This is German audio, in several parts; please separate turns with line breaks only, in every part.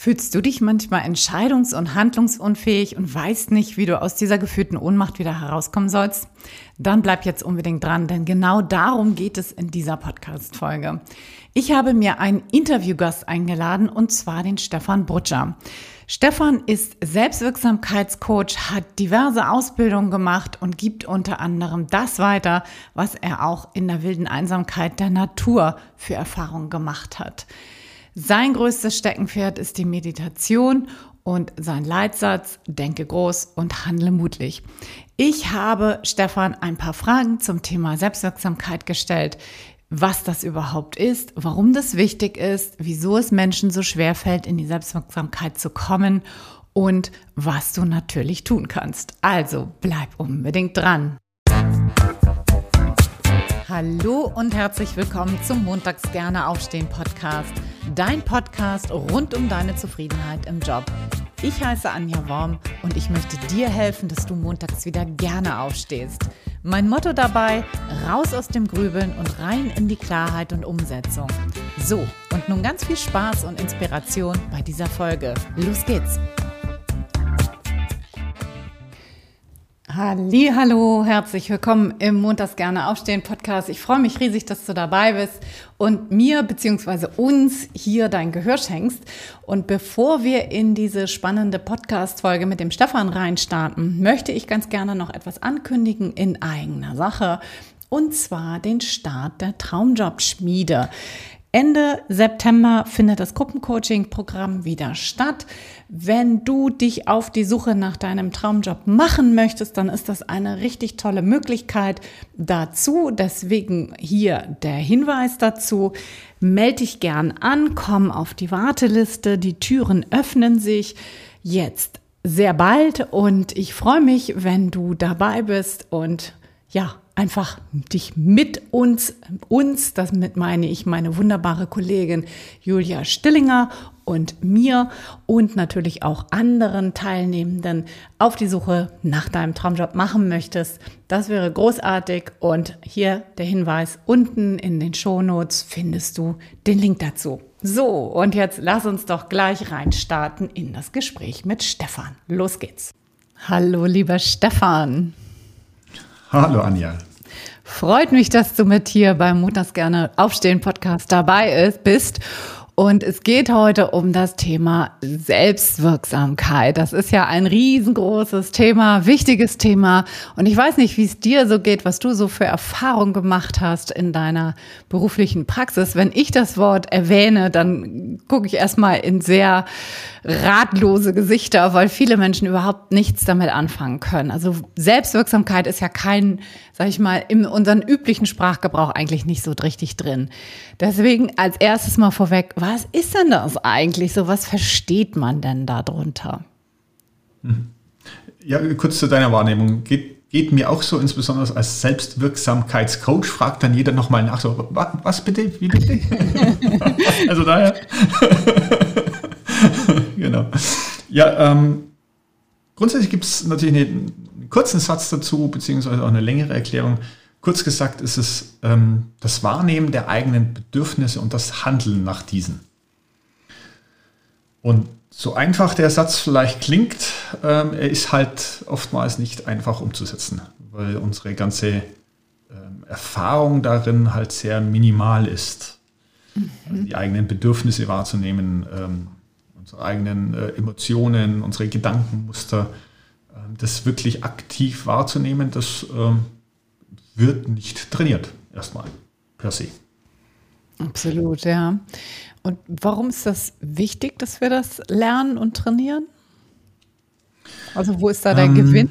Fühlst du dich manchmal entscheidungs- und handlungsunfähig und weißt nicht, wie du aus dieser gefühlten Ohnmacht wieder herauskommen sollst? Dann bleib jetzt unbedingt dran, denn genau darum geht es in dieser Podcast-Folge. Ich habe mir einen Interviewgast eingeladen, und zwar den Stefan Brutscher. Stefan ist Selbstwirksamkeitscoach, hat diverse Ausbildungen gemacht und gibt unter anderem das weiter, was er auch in der wilden Einsamkeit der Natur für Erfahrungen gemacht hat. Sein größtes Steckenpferd ist die Meditation und sein Leitsatz: Denke groß und handle mutig. Ich habe Stefan ein paar Fragen zum Thema Selbstwirksamkeit gestellt. Was das überhaupt ist, warum das wichtig ist, wieso es Menschen so schwer fällt, in die Selbstwirksamkeit zu kommen und was du natürlich tun kannst. Also bleib unbedingt dran. Hallo und herzlich willkommen zum Montags gerne aufstehen Podcast. Dein Podcast rund um deine Zufriedenheit im Job. Ich heiße Anja Worm und ich möchte dir helfen, dass du montags wieder gerne aufstehst. Mein Motto dabei: raus aus dem Grübeln und rein in die Klarheit und Umsetzung. So, und nun ganz viel Spaß und Inspiration bei dieser Folge. Los geht's! Hallo, herzlich willkommen im Montags gerne aufstehen Podcast. Ich freue mich riesig, dass du dabei bist und mir bzw. uns hier dein Gehör schenkst. Und bevor wir in diese spannende Podcast-Folge mit dem Stefan reinstarten, möchte ich ganz gerne noch etwas ankündigen in eigener Sache, und zwar den Start der Traumjobschmiede. Ende September findet das Gruppencoaching-Programm wieder statt. Wenn du dich auf die Suche nach deinem Traumjob machen möchtest, dann ist das eine richtig tolle Möglichkeit dazu. Deswegen hier der Hinweis dazu: Melde dich gern an, komm auf die Warteliste. Die Türen öffnen sich jetzt sehr bald und ich freue mich, wenn du dabei bist und ja, einfach dich mit uns, damit meine ich meine wunderbare Kollegin Julia Stillinger und mir und natürlich auch anderen Teilnehmenden auf die Suche nach deinem Traumjob machen möchtest. Das wäre großartig, und hier der Hinweis: unten in den Shownotes findest du den Link dazu. So, und jetzt lass uns doch gleich reinstarten in das Gespräch mit Stefan. Los geht's. Hallo, lieber Stefan.
Hallo Anja.
Freut mich, dass du mit hier beim Montags gerne aufstehen Podcast dabei bist. Und es geht heute um das Thema Selbstwirksamkeit. Das ist ja ein riesengroßes Thema, wichtiges Thema. Und ich weiß nicht, wie es dir so geht, was du so für Erfahrungen gemacht hast in deiner beruflichen Praxis. Wenn ich das Wort erwähne, dann gucke ich erstmal in sehr ratlose Gesichter, weil viele Menschen überhaupt nichts damit anfangen können. Also Selbstwirksamkeit ist ja kein, sag ich mal, in unserem üblichen Sprachgebrauch eigentlich nicht so richtig drin. Deswegen als erstes mal vorweg: Was ist denn das eigentlich so? Was versteht man denn darunter?
Ja, kurz zu deiner Wahrnehmung. Geht mir auch so, insbesondere als Selbstwirksamkeitscoach, fragt dann jeder nochmal nach, so, was bitte, wie bitte? Also daher, genau. Ja, grundsätzlich gibt es natürlich einen kurzen Satz dazu, beziehungsweise auch eine längere Erklärung. Kurz gesagt ist es das Wahrnehmen der eigenen Bedürfnisse und das Handeln nach diesen. Und so einfach der Satz vielleicht klingt, er ist halt oftmals nicht einfach umzusetzen, weil unsere ganze Erfahrung darin halt sehr minimal ist. Also die eigenen Bedürfnisse wahrzunehmen, unsere eigenen Emotionen, unsere Gedankenmuster, das wirklich aktiv wahrzunehmen, das wird nicht trainiert, erstmal per se.
Absolut, ja. Und warum ist das wichtig, dass wir das lernen und trainieren? Also wo ist da der Gewinn?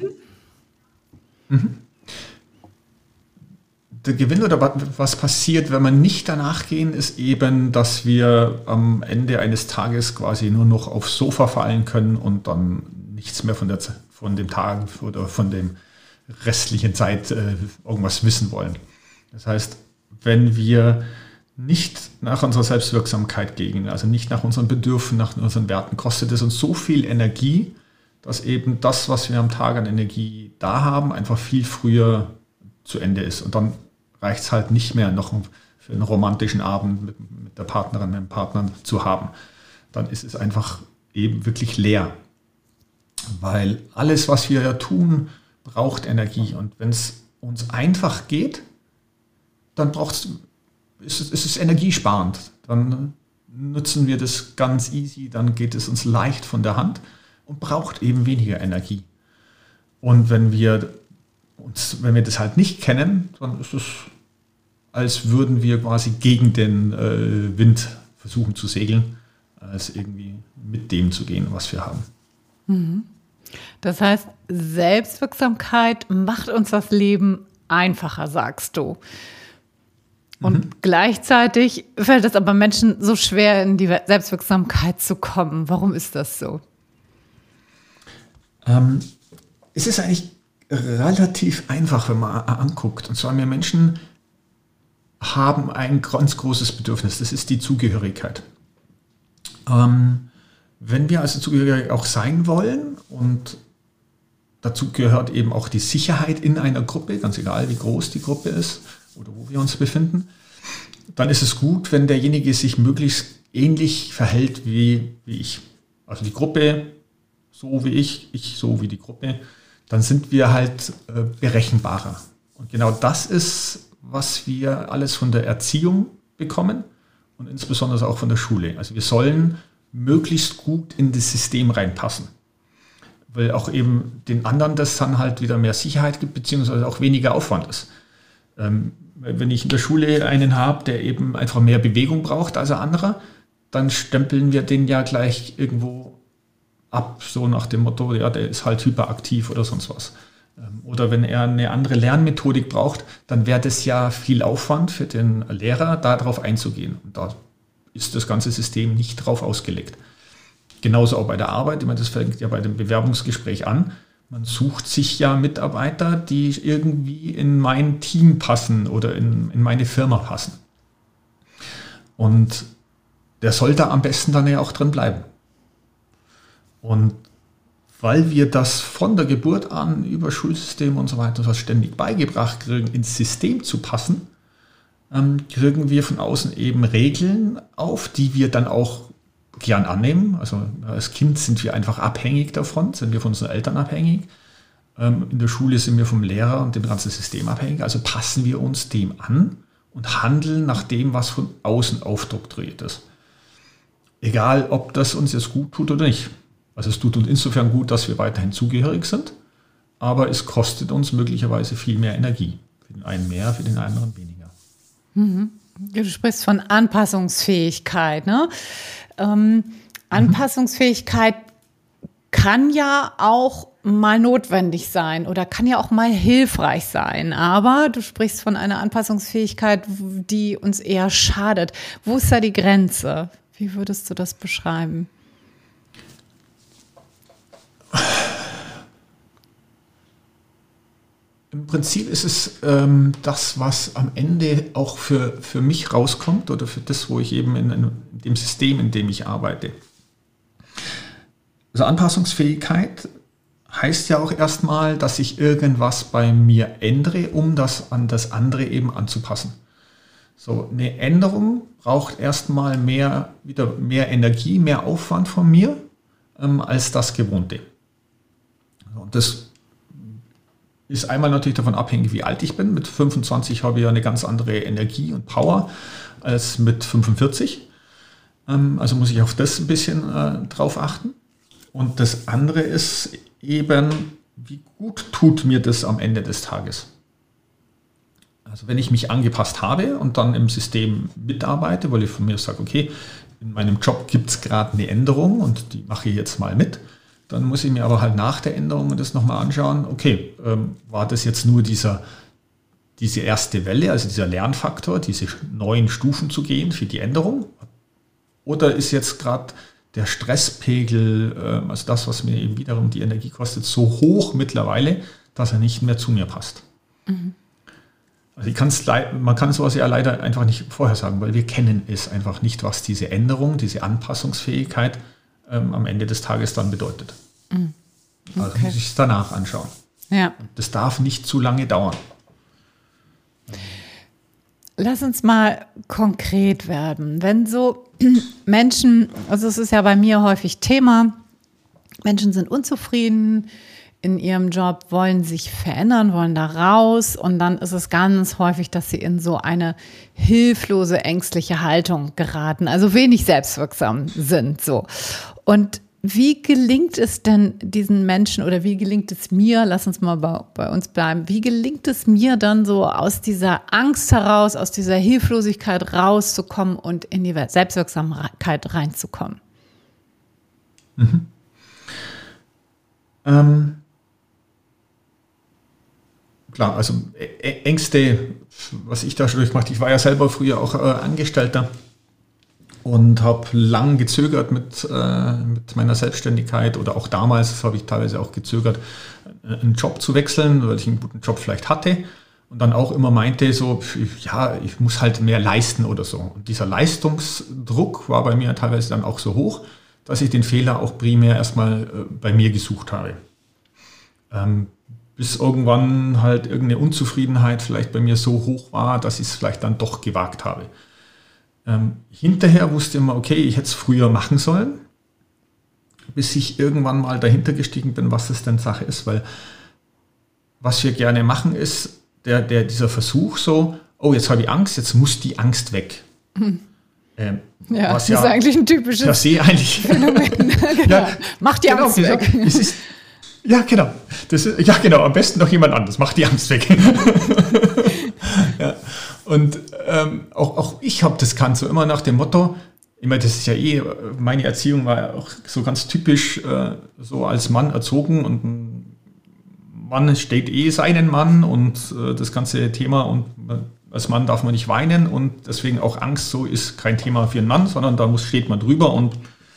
Der Gewinn oder was passiert, wenn wir nicht danach gehen, ist eben, dass wir am Ende eines Tages quasi nur noch aufs Sofa fallen können und dann nichts mehr von dem Tag oder von dem restlichen Zeit irgendwas wissen wollen. Das heißt, wenn wir nicht nach unserer Selbstwirksamkeit gehen, also nicht nach unseren Bedürfnissen, nach unseren Werten, kostet es uns so viel Energie, dass eben das, was wir am Tag an Energie da haben, einfach viel früher zu Ende ist. Und dann reicht es halt nicht mehr, noch für einen romantischen Abend mit der Partnerin, mit dem Partner zu haben. Dann ist es einfach eben wirklich leer. Weil alles, was wir ja tun, braucht Energie. Und wenn es uns einfach geht, dann ist es energiesparend. Dann nutzen wir das ganz easy, dann geht es uns leicht von der Hand und braucht eben weniger Energie. Und wenn wir das halt nicht kennen, dann ist es, als würden wir quasi gegen den Wind versuchen zu segeln, als irgendwie mit dem zu gehen, was wir haben.
Das heißt, Selbstwirksamkeit macht uns das Leben einfacher, sagst du. Und gleichzeitig fällt es aber Menschen so schwer, in die Selbstwirksamkeit zu kommen. Warum ist das so?
Es ist eigentlich relativ einfach, wenn man anguckt. Und zwar, wir Menschen haben ein ganz großes Bedürfnis, das ist die Zugehörigkeit. Wenn wir also zugehörig auch sein wollen, und dazu gehört eben auch die Sicherheit in einer Gruppe, ganz egal wie groß die Gruppe ist oder wo wir uns befinden, dann ist es gut, wenn derjenige sich möglichst ähnlich verhält wie ich. Also die Gruppe so wie ich so wie die Gruppe, dann sind wir halt berechenbarer. Und genau das ist, was wir alles von der Erziehung bekommen und insbesondere auch von der Schule. Also wir sollen möglichst gut in das System reinpassen, weil auch eben den anderen das dann halt wieder mehr Sicherheit gibt, beziehungsweise auch weniger Aufwand ist. Wenn ich in der Schule einen habe, der eben einfach mehr Bewegung braucht als ein anderer, dann stempeln wir den ja gleich irgendwo ab, so nach dem Motto, ja, der ist halt hyperaktiv oder sonst was. Oder wenn er eine andere Lernmethodik braucht, dann wäre das ja viel Aufwand für den Lehrer, darauf einzugehen. Und da ist das ganze System nicht drauf ausgelegt. Genauso auch bei der Arbeit, ich meine, das fängt ja bei dem Bewerbungsgespräch an. Man sucht sich ja Mitarbeiter, die irgendwie in mein Team passen oder in meine Firma passen. Und der soll da am besten dann ja auch drin bleiben. Und weil wir das von der Geburt an über Schulsystem und so weiter ständig beigebracht kriegen, ins System zu passen, kriegen wir von außen eben Regeln auf, die wir dann auch gern annehmen. Also als Kind sind wir einfach abhängig davon, sind wir von unseren Eltern abhängig. In der Schule sind wir vom Lehrer und dem ganzen System abhängig. Also passen wir uns dem an und handeln nach dem, was von außen aufdoktriert ist. Egal, ob das uns jetzt gut tut oder nicht. Also es tut uns insofern gut, dass wir weiterhin zugehörig sind, aber es kostet uns möglicherweise viel mehr Energie. Für den einen mehr, für den anderen weniger.
Du sprichst von Anpassungsfähigkeit, ne? Anpassungsfähigkeit kann ja auch mal notwendig sein oder kann ja auch mal hilfreich sein. Aber du sprichst von einer Anpassungsfähigkeit, die uns eher schadet. Wo ist da die Grenze? Wie würdest du das beschreiben?
Im Prinzip ist es das, was am Ende auch für mich rauskommt oder für das, wo ich eben in dem System, in dem ich arbeite. Also Anpassungsfähigkeit heißt ja auch erstmal, dass ich irgendwas bei mir ändere, um das an das andere eben anzupassen. So, eine Änderung braucht erstmal mehr Energie, mehr Aufwand von mir als das Gewohnte. Und das ist einmal natürlich davon abhängig, wie alt ich bin. Mit 25 habe ich ja eine ganz andere Energie und Power als mit 45. Also muss ich auf das ein bisschen drauf achten. Und das andere ist eben, wie gut tut mir das am Ende des Tages? Also wenn ich mich angepasst habe und dann im System mitarbeite, weil ich von mir sage, okay, in meinem Job gibt es gerade eine Änderung und die mache ich jetzt mal mit, dann muss ich mir aber halt nach der Änderung das nochmal anschauen, okay, war das jetzt nur diese erste Welle, also dieser Lernfaktor, diese neuen Stufen zu gehen für die Änderung? Oder ist jetzt gerade der Stresspegel, also das, was mir eben wiederum die Energie kostet, so hoch mittlerweile, dass er nicht mehr zu mir passt? Mhm. Also man kann sowas ja leider einfach nicht vorhersagen, weil wir kennen es einfach nicht, was diese Änderung, diese Anpassungsfähigkeit am Ende des Tages dann bedeutet. Mhm. Okay. Also muss ich es danach anschauen.
Ja.
Das darf nicht zu lange dauern.
Lass uns mal konkret werden. Wenn so Menschen, also es ist ja bei mir häufig Thema, Menschen sind unzufrieden in ihrem Job, wollen sich verändern, wollen da raus und dann ist es ganz häufig, dass sie in so eine hilflose, ängstliche Haltung geraten, also wenig selbstwirksam sind, so. Und wie gelingt es denn diesen Menschen oder wie gelingt es mir, lass uns mal bei uns bleiben, wie gelingt es mir dann so aus dieser Angst heraus, aus dieser Hilflosigkeit rauszukommen und in die Selbstwirksamkeit reinzukommen?
Mhm. Klar, also Ängste, was ich da schon durchgemacht, ich war ja selber früher auch Angestellter und habe lang gezögert mit meiner Selbstständigkeit oder auch damals habe ich teilweise auch gezögert, einen Job zu wechseln, weil ich einen guten Job vielleicht hatte und dann auch immer meinte so, ja, ich muss halt mehr leisten oder so. Und dieser Leistungsdruck war bei mir teilweise dann auch so hoch, dass ich den Fehler auch primär erstmal bei mir gesucht habe. Bis irgendwann halt irgendeine Unzufriedenheit vielleicht bei mir so hoch war, dass ich es vielleicht dann doch gewagt habe. Hinterher wusste ich immer, okay, ich hätte es früher machen sollen, bis ich irgendwann mal dahinter gestiegen bin, was das denn Sache ist, weil was wir gerne machen ist, dieser Versuch so, oh, jetzt habe ich Angst, jetzt muss die Angst weg.
Ja, das ist eigentlich ein typisches
Phänomen.
Genau. Ja, mach die Angst weg.
Genau, am besten noch jemand anderes, mach die Angst weg. Ja. Und auch ich habe das gekannt, so immer nach dem Motto, ich meine, das ist ja meine Erziehung war ja auch so ganz typisch so als Mann erzogen und ein Mann steht seinen Mann und das ganze Thema und als Mann darf man nicht weinen und deswegen auch Angst so ist kein Thema für einen Mann, sondern da steht man drüber und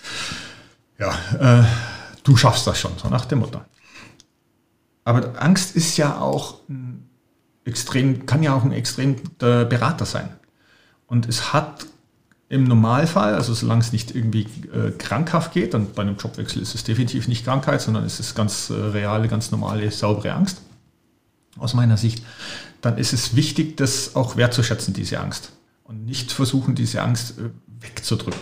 ja, du schaffst das schon, so nach dem Motto. Aber Angst ist ja auch kann ja auch ein extrem guter Berater sein. Und es hat im Normalfall, also solange es nicht irgendwie krankhaft geht, und bei einem Jobwechsel ist es definitiv nicht Krankheit, sondern es ist ganz reale, ganz normale, saubere Angst, aus meiner Sicht, dann ist es wichtig, das auch wertzuschätzen, diese Angst. Und nicht versuchen, diese Angst wegzudrücken.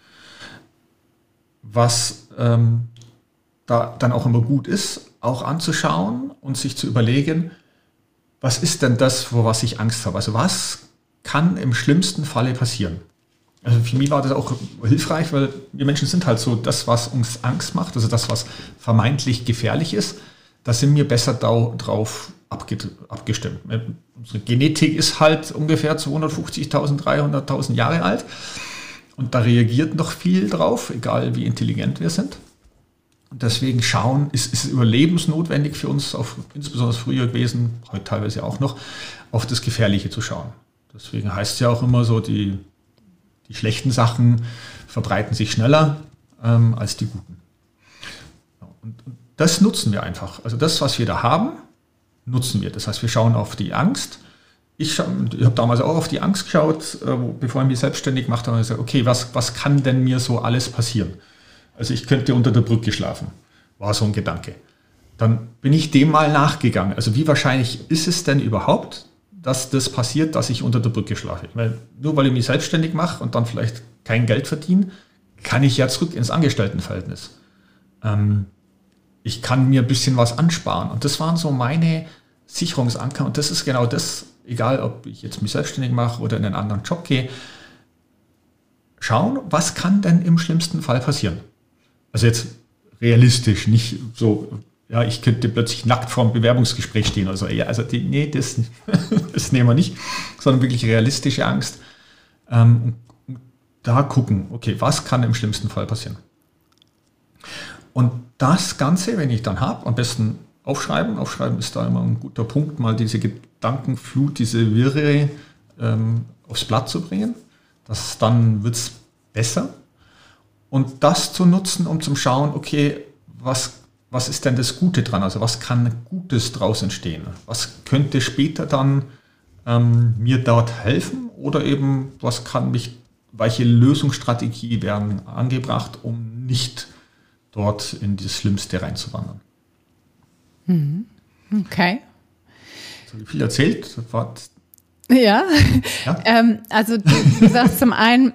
Was da dann auch immer gut ist, auch anzuschauen und sich zu überlegen, was ist denn das, vor was ich Angst habe? Also was kann im schlimmsten Falle passieren? Also für mich war das auch hilfreich, weil wir Menschen sind halt so, das, was uns Angst macht, also das, was vermeintlich gefährlich ist, da sind wir besser drauf abgestimmt. Unsere Genetik ist halt ungefähr 250.000, 300.000 Jahre alt und da reagiert noch viel drauf, egal wie intelligent wir sind. Und deswegen ist überlebensnotwendig für uns, insbesondere früher gewesen, heute teilweise auch noch, auf das Gefährliche zu schauen. Deswegen heißt es ja auch immer so, die schlechten Sachen verbreiten sich schneller als die guten. Und das nutzen wir einfach. Also das, was wir da haben, nutzen wir. Das heißt, wir schauen auf die Angst. Ich habe damals auch auf die Angst geschaut, bevor ich mich selbstständig gemacht habe und gesagt, okay, was kann denn mir so alles passieren? Also ich könnte unter der Brücke schlafen, war so ein Gedanke. Dann bin ich dem mal nachgegangen. Also wie wahrscheinlich ist es denn überhaupt, dass das passiert, dass ich unter der Brücke schlafe? Nur weil ich mich selbstständig mache und dann vielleicht kein Geld verdiene, kann ich ja zurück ins Angestelltenverhältnis. Ich kann mir ein bisschen was ansparen. Und das waren so meine Sicherungsanker. Und das ist genau das, egal ob ich jetzt mich selbstständig mache oder in einen anderen Job gehe, schauen, was kann denn im schlimmsten Fall passieren? Also jetzt realistisch, nicht so, ja, ich könnte plötzlich nackt vor einem Bewerbungsgespräch stehen oder so. Ja, also das nehmen wir nicht, sondern wirklich realistische Angst. Und da gucken, okay, was kann im schlimmsten Fall passieren? Und das Ganze, wenn ich dann habe, am besten aufschreiben. Aufschreiben ist da immer ein guter Punkt, mal diese Gedankenflut, diese Wirre aufs Blatt zu bringen. Dann wird es besser. Und das zu nutzen, um zu schauen, okay, was ist denn das Gute dran? Also was kann Gutes draus entstehen? Was könnte später dann mir dort helfen? Oder eben, welche Lösungsstrategie werden angebracht, um nicht dort in das Schlimmste reinzuwandern?
Okay.
So viel erzählt,
Ja,
Ja?
Also du sagst zum einen,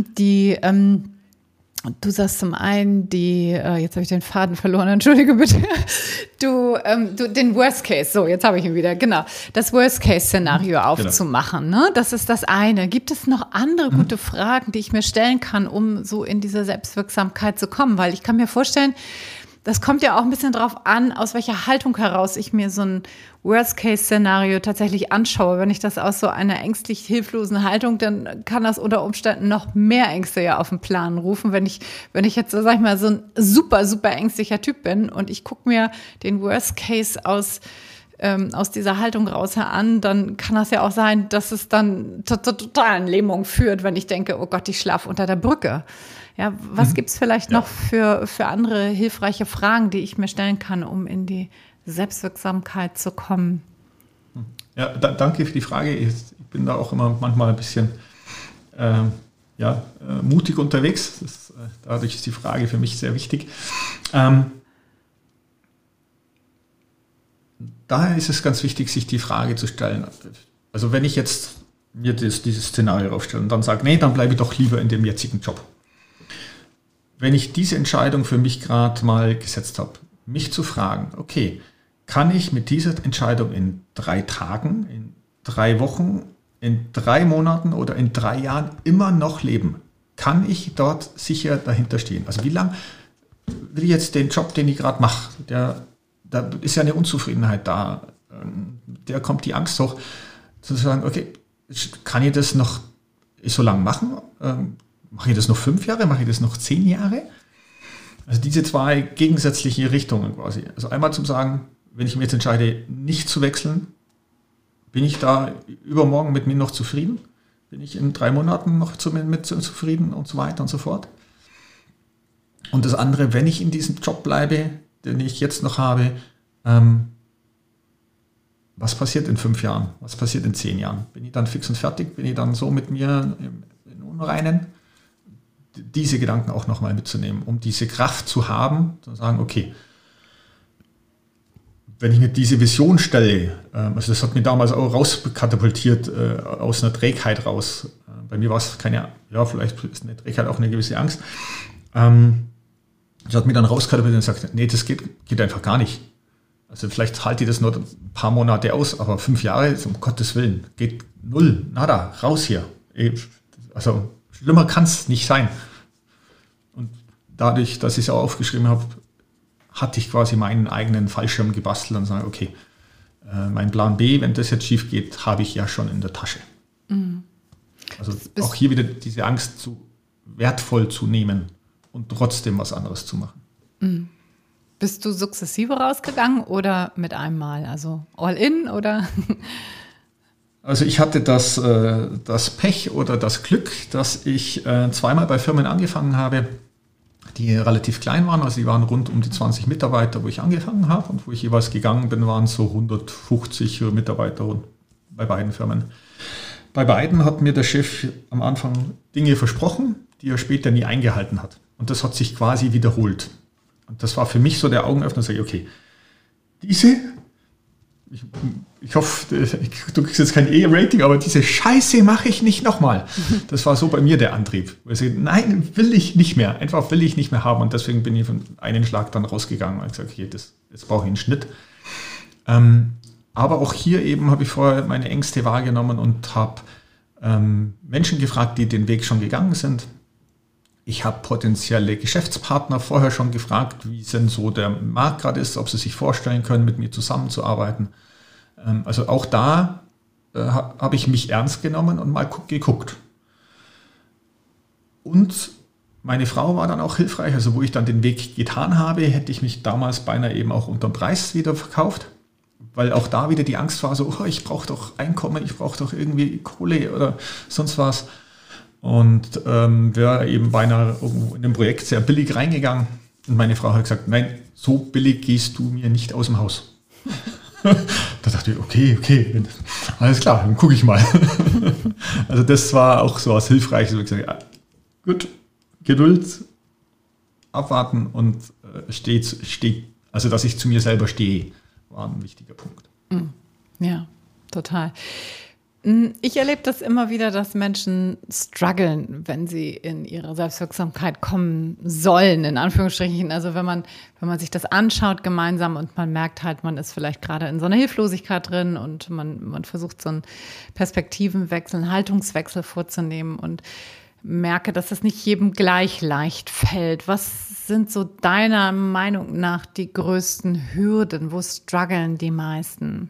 jetzt habe ich den Faden verloren, entschuldige bitte, den Worst Case, so, jetzt habe ich ihn wieder, genau, das Worst Case Szenario aufzumachen, ne? Das ist das eine. Gibt es noch andere gute Fragen, die ich mir stellen kann, um so in diese Selbstwirksamkeit zu kommen? Weil ich kann mir vorstellen, das kommt ja auch ein bisschen drauf an, aus welcher Haltung heraus ich mir so ein Worst-Case-Szenario tatsächlich anschaue. Wenn ich das aus so einer ängstlich hilflosen Haltung, dann kann das unter Umständen noch mehr Ängste ja auf den Plan rufen. Wenn ich jetzt, sag ich mal, so ein super, super ängstlicher Typ bin und ich gucke mir den Worst-Case aus dieser Haltung raus an, dann kann das ja auch sein, dass es dann zur totalen Lähmung führt, wenn ich denke, oh Gott, ich schlafe unter der Brücke. Ja, was gibt's vielleicht noch für andere hilfreiche Fragen, die ich mir stellen kann, um in die Selbstwirksamkeit zu kommen?
Ja, danke für die Frage. Ich bin da auch immer manchmal ein bisschen mutig unterwegs. Dadurch ist die Frage für mich sehr wichtig. Daher ist es ganz wichtig, sich die Frage zu stellen. Also wenn ich jetzt mir dieses Szenario aufstelle und dann sage, nee, dann bleibe ich doch lieber in dem jetzigen Job. Wenn ich diese Entscheidung für mich gerade mal gesetzt habe, mich zu fragen, okay, kann ich mit dieser Entscheidung in 3 Tagen, in 3 Wochen, in 3 Monaten oder in 3 Jahren immer noch leben? Kann ich dort sicher dahinter stehen? Also wie lange will ich jetzt den Job, den ich gerade mache, da ist ja eine Unzufriedenheit da, der kommt die Angst hoch, zu sagen, okay, kann ich das noch so lange machen? Mache ich das noch 5 Jahre? Mache ich das noch 10 Jahre? Also diese 2 gegensätzliche Richtungen quasi. Also einmal zum Sagen, wenn ich mir jetzt entscheide, nicht zu wechseln, bin ich da übermorgen mit mir noch zufrieden? Bin ich in 3 Monaten noch mit zufrieden und so weiter und so fort? Und das andere, wenn ich in diesem Job bleibe, den ich jetzt noch habe, was passiert in 5 Jahren? Was passiert in 10 Jahren? Bin ich dann fix und fertig? Bin ich dann so mit mir in Unreinen? Diese Gedanken auch nochmal mitzunehmen, um diese Kraft zu haben, zu sagen, okay, wenn ich mir diese Vision stelle, also das hat mich damals auch rauskatapultiert, aus einer Trägheit raus. Bei mir war es vielleicht ist eine Trägheit auch eine gewisse Angst. Das hat mich dann rauskatapultiert und gesagt, nee, das geht einfach gar nicht. Also vielleicht halte ich das nur ein paar Monate aus, aber 5 Jahre, um Gottes Willen, geht null, nada, raus hier. Also schlimmer kann es nicht sein. Und dadurch, dass ich es auch aufgeschrieben habe, hatte ich quasi meinen eigenen Fallschirm gebastelt und sage, okay, mein Plan B, wenn das jetzt schief geht, habe ich ja schon in der Tasche. Mhm. Also auch hier wieder diese Angst wertvoll zu nehmen und trotzdem was anderes zu machen.
Mhm. Bist du sukzessive rausgegangen oder mit einem Mal? Also all in oder?
Also ich hatte das Pech oder das Glück, dass ich 2-mal bei Firmen angefangen habe, die relativ klein waren. Also die waren rund um die 20 Mitarbeiter, wo ich angefangen habe. Und wo ich jeweils gegangen bin, waren so 150 Mitarbeiter bei beiden Firmen. Bei beiden hat mir der Chef am Anfang Dinge versprochen, die er später nie eingehalten hat. Und das hat sich quasi wiederholt. Und das war für mich so der Augenöffner, sage ich, okay, ich hoffe, du kriegst jetzt kein E-Rating, aber diese Scheiße mache ich nicht nochmal. Das war so bei mir der Antrieb. Also, nein, will ich nicht mehr. Einfach will ich nicht mehr haben. Und deswegen bin ich von einem Schlag dann rausgegangen und gesagt, okay, jetzt brauche ich einen Schnitt. Aber auch hier eben habe ich vorher meine Ängste wahrgenommen und habe Menschen gefragt, die den Weg schon gegangen sind. Ich habe potenzielle Geschäftspartner vorher schon gefragt, wie denn so der Markt gerade ist, ob sie sich vorstellen können, mit mir zusammenzuarbeiten. Also auch da habe ich mich ernst genommen und mal geguckt. Und meine Frau war dann auch hilfreich. Also wo ich dann den Weg getan habe, hätte ich mich damals beinahe eben auch unterm Preis wieder verkauft. Weil auch da wieder die Angst war, so, ich brauche doch Einkommen, ich brauche doch irgendwie Kohle oder sonst was. Und wäre eben beinahe irgendwo in dem Projekt sehr billig reingegangen. Und meine Frau hat gesagt, nein, so billig gehst du mir nicht aus dem Haus. Da dachte ich, okay, alles klar, dann gucke ich mal. Also das war auch so was Hilfreiches. Ich gesagt, ja, gut, Geduld, abwarten und also dass ich zu mir selber stehe, war ein wichtiger Punkt.
Ja, total. Ich erlebe das immer wieder, dass Menschen strugglen, wenn sie in ihre Selbstwirksamkeit kommen sollen, in Anführungsstrichen. Also wenn man sich das anschaut gemeinsam und man merkt halt, man ist vielleicht gerade in so einer Hilflosigkeit drin und man versucht so einen Perspektivenwechsel, einen Haltungswechsel vorzunehmen und merke, dass das nicht jedem gleich leicht fällt. Was sind so deiner Meinung nach die größten Hürden? Wo strugglen die meisten?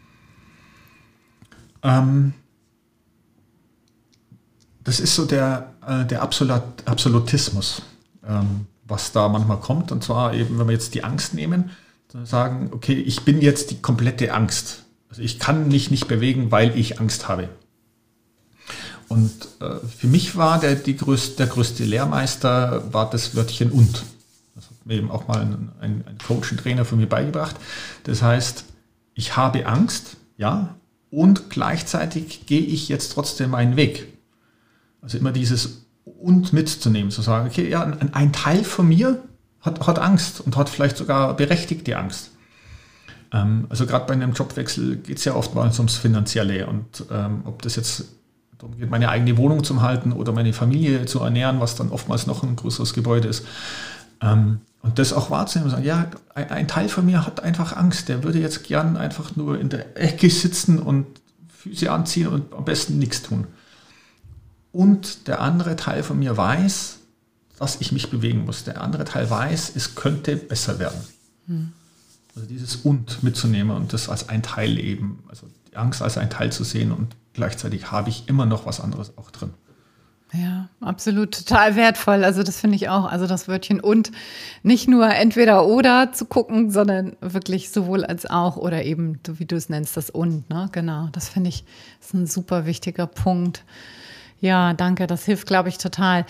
Das ist so der Absolutismus, was da manchmal kommt. Und zwar eben, wenn wir jetzt die Angst nehmen, dann sagen, okay, ich bin jetzt die komplette Angst. Also ich kann mich nicht bewegen, weil ich Angst habe. Und für mich war der größte Lehrmeister war das Wörtchen und. Das hat mir eben auch mal ein Coach, ein Trainer von mir beigebracht. Das heißt, ich habe Angst, ja, und gleichzeitig gehe ich jetzt trotzdem meinen Weg. Also immer dieses und mitzunehmen, zu sagen, okay, ja, ein Teil von mir hat Angst und hat vielleicht sogar berechtigte Angst. Also gerade bei einem Jobwechsel geht es ja oftmals ums Finanzielle und ob das jetzt darum geht, meine eigene Wohnung zu halten oder meine Familie zu ernähren, was dann oftmals noch ein größeres Gebäude ist. Und das auch wahrzunehmen und sagen, ja, ein Teil von mir hat einfach Angst, der würde jetzt gern einfach nur in der Ecke sitzen und Füße anziehen und am besten nichts tun. Und der andere Teil von mir weiß, dass ich mich bewegen muss. Der andere Teil weiß, es könnte besser werden. Also dieses und mitzunehmen und das als ein Teil eben, also die Angst als ein Teil zu sehen und gleichzeitig habe ich immer noch was anderes auch drin.
Ja, absolut, total wertvoll. Also das finde ich auch, also das Wörtchen und nicht nur entweder oder zu gucken, sondern wirklich sowohl als auch oder eben, wie du es nennst, das und, ne? Genau, das finde ich, ist ein super wichtiger Punkt. Ja, danke, das hilft, glaube ich, total.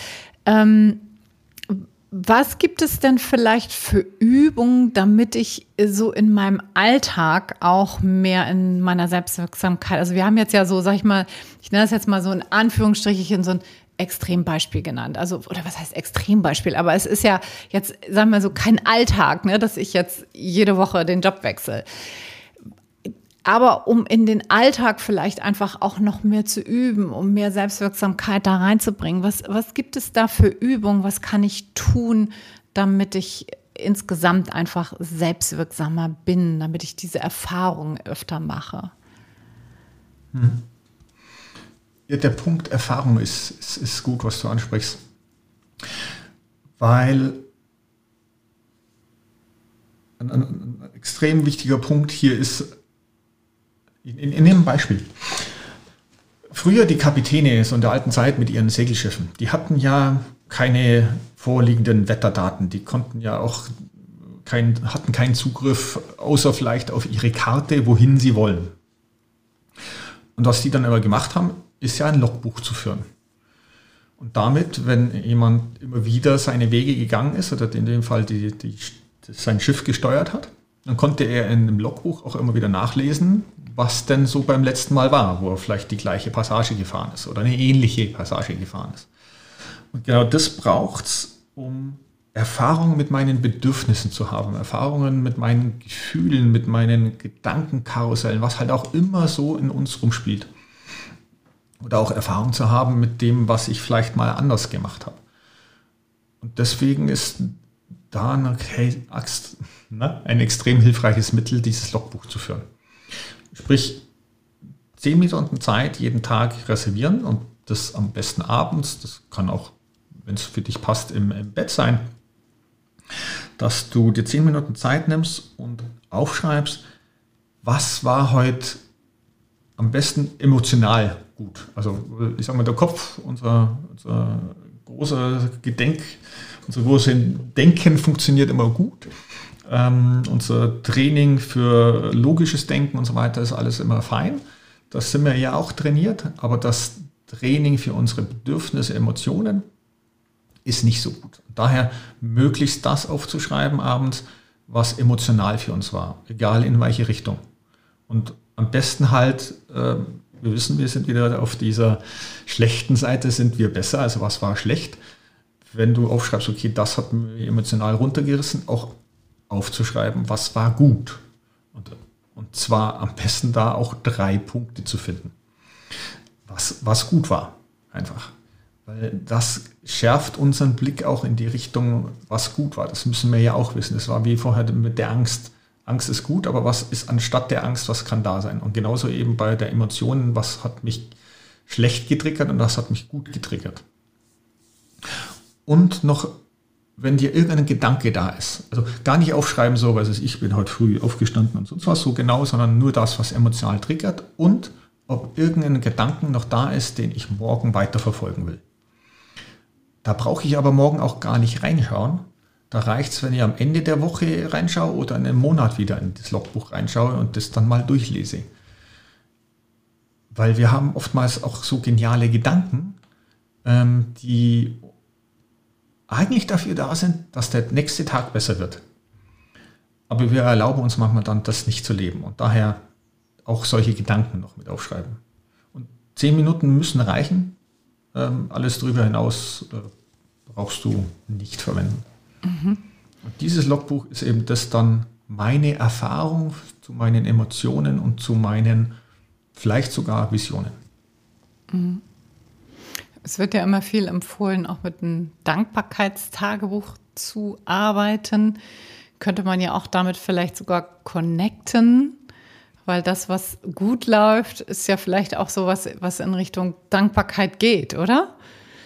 Was gibt es denn vielleicht für Übungen, damit ich so in meinem Alltag auch mehr in meiner Selbstwirksamkeit, also wir haben jetzt ja so, sag ich mal, ich nenne das jetzt mal so in Anführungsstrichen so ein Extrembeispiel genannt. Also, oder was heißt Extrembeispiel? Aber es ist ja jetzt, sagen wir so, kein Alltag, ne, dass ich jetzt jede Woche den Job wechsle. Aber um in den Alltag vielleicht einfach auch noch mehr zu üben, um mehr Selbstwirksamkeit da reinzubringen, was gibt es da für Übungen? Was kann ich tun, damit ich insgesamt einfach selbstwirksamer bin, damit ich diese Erfahrungen öfter mache?
Ja, der Punkt Erfahrung ist gut, was du ansprichst. Weil ein extrem wichtiger Punkt hier ist, in einem Beispiel. Früher die Kapitäne so in der alten Zeit mit ihren Segelschiffen, die hatten ja keine vorliegenden Wetterdaten, die konnten ja auch hatten keinen Zugriff, außer vielleicht auf ihre Karte, wohin sie wollen. Und was die dann aber gemacht haben, ist ja ein Logbuch zu führen. Und damit, wenn jemand immer wieder seine Wege gegangen ist oder in dem Fall sein Schiff gesteuert hat, dann konnte er in dem Logbuch auch immer wieder nachlesen, was denn so beim letzten Mal war, wo er vielleicht die gleiche Passage gefahren ist oder eine ähnliche Passage gefahren ist. Und genau das braucht es, um Erfahrungen mit meinen Bedürfnissen zu haben, Erfahrungen mit meinen Gefühlen, mit meinen Gedankenkarussellen, was halt auch immer so in uns rumspielt. Oder auch Erfahrung zu haben mit dem, was ich vielleicht mal anders gemacht habe. Und deswegen ist da ein extrem hilfreiches Mittel, dieses Logbuch zu führen. Sprich, 10 Minuten Zeit jeden Tag reservieren und das am besten abends, das kann auch, wenn es für dich passt, im Bett sein, dass du dir 10 Minuten Zeit nimmst und aufschreibst, was war heute am besten emotional gut. Also ich sage mal, der Kopf, unser großes Denken funktioniert immer gut. Unser Training für logisches Denken und so weiter ist alles immer fein. Das sind wir ja auch trainiert, aber das Training für unsere Bedürfnisse, Emotionen ist nicht so gut. Daher möglichst das aufzuschreiben abends, was emotional für uns war, egal in welche Richtung. Und am besten halt, wir wissen, wir sind wieder auf dieser schlechten Seite, sind wir besser, also was war schlecht. Wenn du aufschreibst, okay, das hat mich emotional runtergerissen, auch aufzuschreiben, was war gut. Und zwar am besten da auch 3 Punkte zu finden. was gut war, einfach. Weil das schärft unseren Blick auch in die Richtung, was gut war. Das müssen wir ja auch wissen. Das war wie vorher mit der Angst. Angst ist gut, aber was ist anstatt der Angst, was kann da sein? Und genauso eben bei der Emotionen, was hat mich schlecht getriggert und was hat mich gut getriggert. Und noch, wenn dir irgendein Gedanke da ist, also gar nicht aufschreiben, so, was ist, ich bin heute früh aufgestanden und sonst was, so genau, sondern nur das, was emotional triggert und ob irgendein Gedanken noch da ist, den ich morgen weiterverfolgen will. Da brauche ich aber morgen auch gar nicht reinschauen. Da reicht es, wenn ich am Ende der Woche reinschaue oder in einem Monat wieder in das Logbuch reinschaue und das dann mal durchlese. Weil wir haben oftmals auch so geniale Gedanken, die eigentlich dafür da sind, dass der nächste Tag besser wird. Aber wir erlauben uns manchmal dann, das nicht zu leben. Und daher auch solche Gedanken noch mit aufschreiben. Und 10 Minuten müssen reichen. Alles darüber hinaus brauchst du nicht verwenden. Mhm. Und dieses Logbuch ist eben das dann meine Erfahrung zu meinen Emotionen und zu meinen vielleicht sogar Visionen.
Mhm. Es wird ja immer viel empfohlen, auch mit einem Dankbarkeitstagebuch zu arbeiten. Könnte man ja auch damit vielleicht sogar connecten, weil das, was gut läuft, ist ja vielleicht auch sowas, was in Richtung Dankbarkeit geht, oder?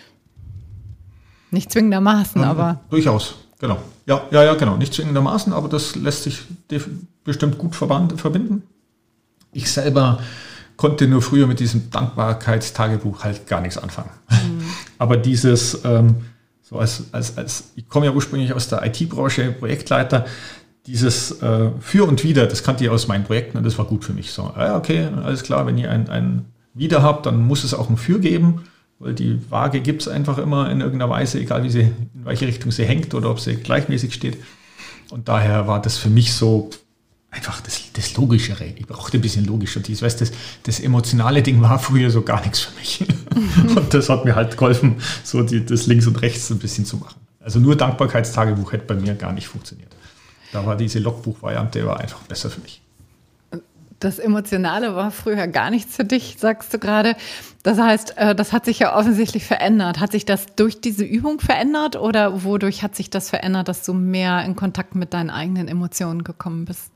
Nicht zwingendermaßen, aber...
Durchaus, genau. Ja, genau. Nicht zwingendermaßen, aber das lässt sich bestimmt gut verbinden. Ich selber konnte nur früher mit diesem Dankbarkeitstagebuch halt gar nichts anfangen. Mhm. Aber dieses, so ich komme ja ursprünglich aus der IT-Branche, Projektleiter, dieses Für und Wider, das kannte ich aus meinen Projekten und das war gut für mich. So, ja, okay, alles klar, wenn ihr ein Wider habt, dann muss es auch ein Für geben, weil die Waage gibt es einfach immer in irgendeiner Weise, egal in welche Richtung sie hängt oder ob sie gleichmäßig steht. Und daher war das für mich so einfach das Logischere. Ich brauchte ein bisschen logischer. Das emotionale Ding war früher so gar nichts für mich. Und das hat mir halt geholfen, so das links und rechts ein bisschen zu machen. Also nur Dankbarkeitstagebuch hätte bei mir gar nicht funktioniert. Da war diese Logbuch-Variante einfach besser für mich.
Das Emotionale war früher gar nichts für dich, sagst du gerade. Das heißt, das hat sich ja offensichtlich verändert. Hat sich das durch diese Übung verändert oder wodurch hat sich das verändert, dass du mehr in Kontakt mit deinen eigenen Emotionen gekommen bist?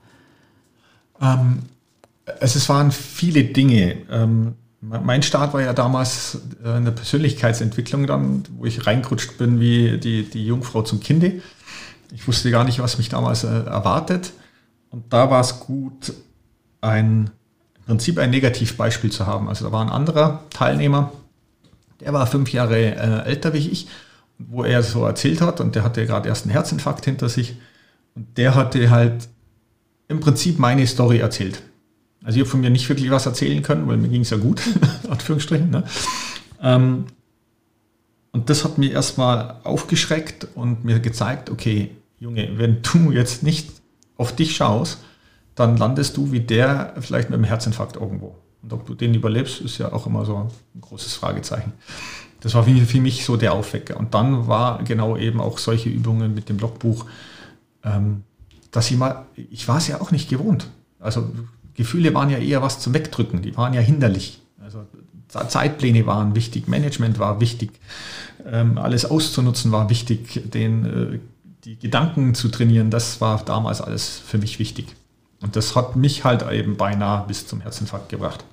Es waren viele Dinge. Mein Start war ja damals eine Persönlichkeitsentwicklung dann, wo ich reingerutscht bin wie die Jungfrau zum Kinde. Ich wusste gar nicht, was mich damals erwartet. Und da war es gut, im Prinzip ein Negativbeispiel zu haben. Also da war ein anderer Teilnehmer, der war 5 Jahre älter wie ich, wo er so erzählt hat und der hatte gerade erst einen Herzinfarkt hinter sich und der hatte halt im Prinzip meine Story erzählt. Also ich habe von mir nicht wirklich was erzählen können, weil mir ging es ja gut, Anführungsstrichen. Ne? Und das hat mir erstmal aufgeschreckt und mir gezeigt, okay, Junge, wenn du jetzt nicht auf dich schaust, dann landest du wie der vielleicht mit einem Herzinfarkt irgendwo. Und ob du den überlebst, ist ja auch immer so ein großes Fragezeichen. Das war für mich so der Aufwecker. Und dann war genau eben auch solche Übungen mit dem Logbuch, dass ich war es ja auch nicht gewohnt. Also Gefühle waren ja eher was zum Wegdrücken, die waren ja hinderlich. Also Zeitpläne waren wichtig, Management war wichtig, alles auszunutzen war wichtig, die Gedanken zu trainieren, das war damals alles für mich wichtig. Und das hat mich halt eben beinahe bis zum Herzinfarkt gebracht.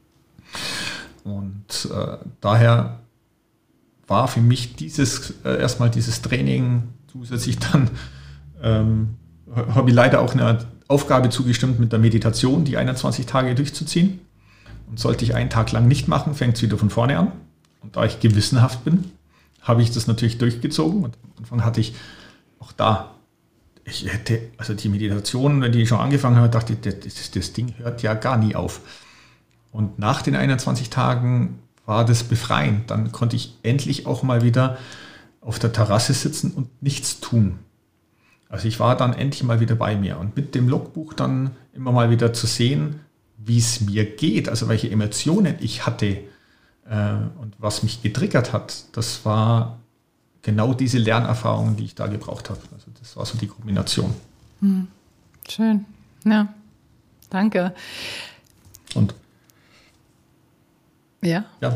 Und daher war für mich erstmal dieses Training, zusätzlich dann habe ich leider auch eine Aufgabe zugestimmt mit der Meditation, die 21 Tage durchzuziehen. Und sollte ich einen Tag lang nicht machen, fängt es wieder von vorne an. Und da ich gewissenhaft bin, habe ich das natürlich durchgezogen. Und am Anfang hatte ich auch da, also die Meditation, wenn die schon angefangen habe, dachte ich, das Ding hört ja gar nie auf. Und nach den 21 Tagen war das befreiend. Dann konnte ich endlich auch mal wieder auf der Terrasse sitzen und nichts tun. Also ich war dann endlich mal wieder bei mir. Und mit dem Logbuch dann immer mal wieder zu sehen, wie es mir geht, also welche Emotionen ich hatte und was mich getriggert hat, das war genau diese Lernerfahrung, die ich da gebraucht habe. Also das war so die Kombination.
Schön, ja, danke.
Und
Ja?
Ja.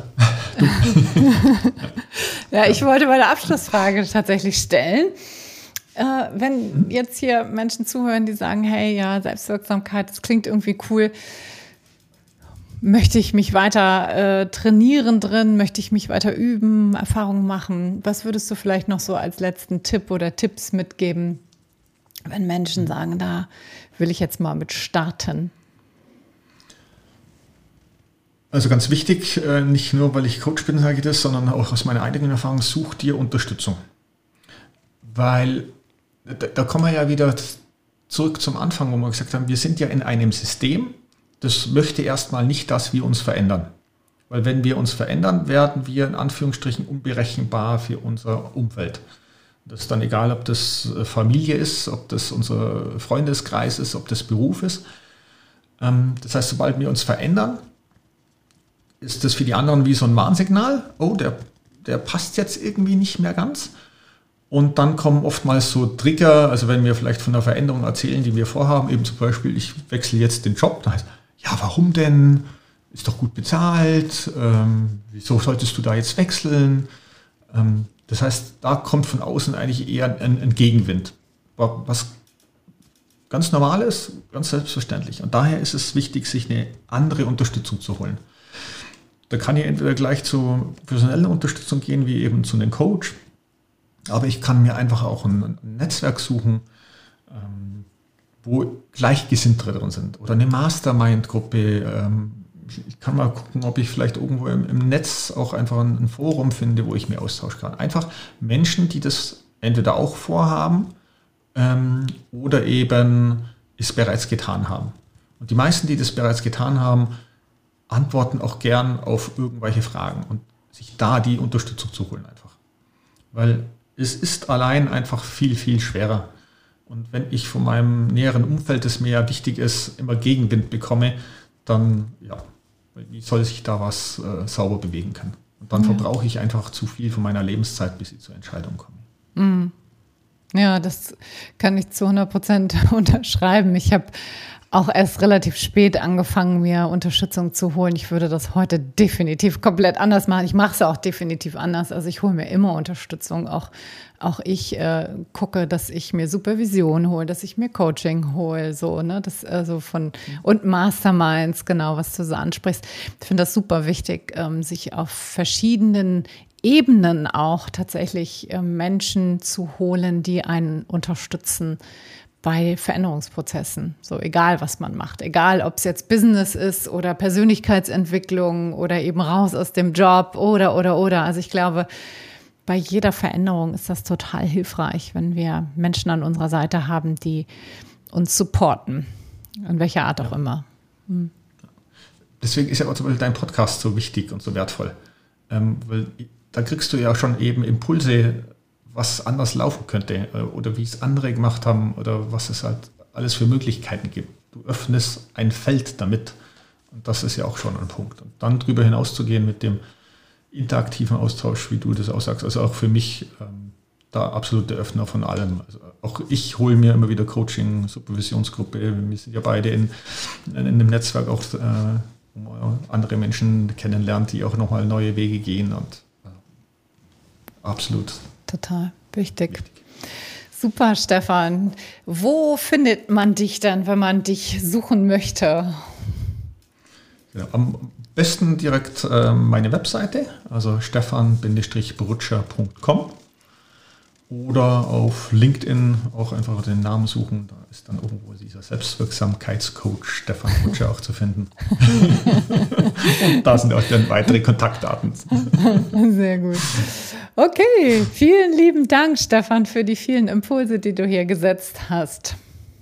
Ja, ich wollte meine Abschlussfrage tatsächlich stellen. Wenn jetzt hier Menschen zuhören, die sagen, hey, ja, Selbstwirksamkeit, das klingt irgendwie cool, möchte ich mich weiter trainieren drin, möchte ich mich weiter üben, Erfahrungen machen, was würdest du vielleicht noch so als letzten Tipp oder Tipps mitgeben, wenn Menschen sagen, da will ich jetzt mal mit starten?
Also ganz wichtig, nicht nur, weil ich Coach bin, sage ich das, sondern auch aus meiner eigenen Erfahrung, such dir Unterstützung. Weil da kommen wir ja wieder zurück zum Anfang, wo wir gesagt haben, wir sind ja in einem System, das möchte erstmal nicht, dass wir uns verändern. Weil wenn wir uns verändern, werden wir in Anführungsstrichen unberechenbar für unser Umfeld. Das ist dann egal, ob das Familie ist, ob das unser Freundeskreis ist, ob das Beruf ist. Das heißt, sobald wir uns verändern, ist das für die anderen wie so ein Warnsignal. Oh, der passt jetzt irgendwie nicht mehr ganz. Und dann kommen oftmals so Trigger, also wenn wir vielleicht von einer Veränderung erzählen, die wir vorhaben, eben zum Beispiel, ich wechsle jetzt den Job, dann heißt, ja, warum denn? Ist doch gut bezahlt, wieso solltest du da jetzt wechseln? Das heißt, da kommt von außen eigentlich eher ein Gegenwind, was ganz normal ist, ganz selbstverständlich. Und daher ist es wichtig, sich eine andere Unterstützung zu holen. Da kann ich entweder gleich zu professioneller Unterstützung gehen, wie eben zu einem Coach, aber ich kann mir einfach auch ein Netzwerk suchen, wo Gleichgesinnte drin sind oder eine Mastermind-Gruppe. Ich kann mal gucken, ob ich vielleicht irgendwo im Netz auch einfach ein Forum finde, wo ich mir austauschen kann. Einfach Menschen, die das entweder auch vorhaben oder eben es bereits getan haben. Und die meisten, die das bereits getan haben, antworten auch gern auf irgendwelche Fragen und sich da die Unterstützung zu holen einfach. Weil es ist allein einfach viel, viel schwerer. Und wenn ich von meinem näheren Umfeld, das mir ja wichtig ist, immer Gegenwind bekomme, dann, ja, wie soll sich da was sauber bewegen können? Und dann verbrauche ich einfach zu viel von meiner Lebenszeit, bis ich zur Entscheidung komme.
Mhm. Ja, das kann ich zu 100% unterschreiben. Ich habe auch erst relativ spät angefangen, mir Unterstützung zu holen. Ich würde das heute definitiv komplett anders machen. Ich mache es auch definitiv anders. Also ich hole mir immer Unterstützung. Auch ich gucke, dass ich mir Supervision hole, dass ich mir Coaching hole, so, ne? Das also und Masterminds, genau, was du so ansprichst. Ich finde das super wichtig, sich auf verschiedenen Ebenen auch tatsächlich Menschen zu holen, die einen unterstützen bei Veränderungsprozessen, so egal was man macht, egal ob es jetzt Business ist oder Persönlichkeitsentwicklung oder eben raus aus dem Job oder. Also ich glaube, bei jeder Veränderung ist das total hilfreich, wenn wir Menschen an unserer Seite haben, die uns supporten, in welcher Art auch immer. Mhm.
Deswegen ist ja auch zum Beispiel dein Podcast so wichtig und so wertvoll, weil da kriegst du ja schon eben Impulse, was anders laufen könnte oder wie es andere gemacht haben oder was es halt alles für Möglichkeiten gibt. Du öffnest ein Feld damit und das ist ja auch schon ein Punkt. Und dann darüber hinaus zu gehen mit dem interaktiven Austausch, wie du das auch sagst, also auch für mich da absolute Öffner von allem. Also auch ich hole mir immer wieder Coaching, Supervisionsgruppe, wir sind ja beide in einem Netzwerk auch, wo man andere Menschen kennenlernt, die auch nochmal neue Wege gehen und absolut.
Total wichtig. Super, Stefan. Wo findet man dich denn, wenn man dich suchen möchte?
Ja, am besten direkt meine Webseite, also stefan-borutscher.com oder auf LinkedIn auch einfach den Namen suchen. Da ist dann irgendwo dieser Selbstwirksamkeitscoach Stefan Borutscher auch zu finden. Und da sind auch dann weitere Kontaktdaten.
Sehr gut. Okay, vielen lieben Dank, Stefan, für die vielen Impulse, die du hier gesetzt hast.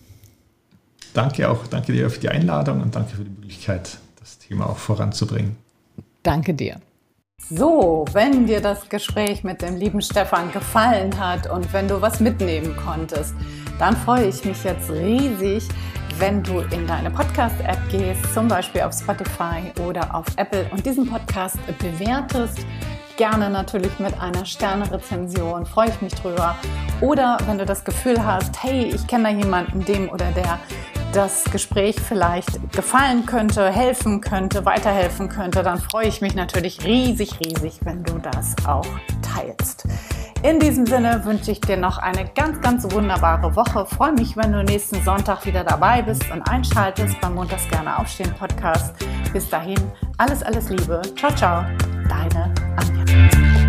Danke auch, danke dir für die Einladung und danke für die Möglichkeit, das Thema auch voranzubringen.
Danke dir. So, wenn dir das Gespräch mit dem lieben Stefan gefallen hat und wenn du was mitnehmen konntest, dann freue ich mich jetzt riesig, wenn du in deine Podcast-App gehst, zum Beispiel auf Spotify oder auf Apple und diesen Podcast bewertest. Gerne natürlich mit einer Sterne-Rezension, freue ich mich drüber. Oder wenn du das Gefühl hast, hey, ich kenne da jemanden, dem oder der das Gespräch vielleicht gefallen könnte, helfen könnte, weiterhelfen könnte, dann freue ich mich natürlich riesig, wenn du das auch teilst. In diesem Sinne wünsche ich dir noch eine ganz wunderbare Woche. Freue mich, wenn du nächsten Sonntag wieder dabei bist und einschaltest beim Montags gerne aufstehen Podcast. Bis dahin, alles Liebe. Ciao, deine Anja.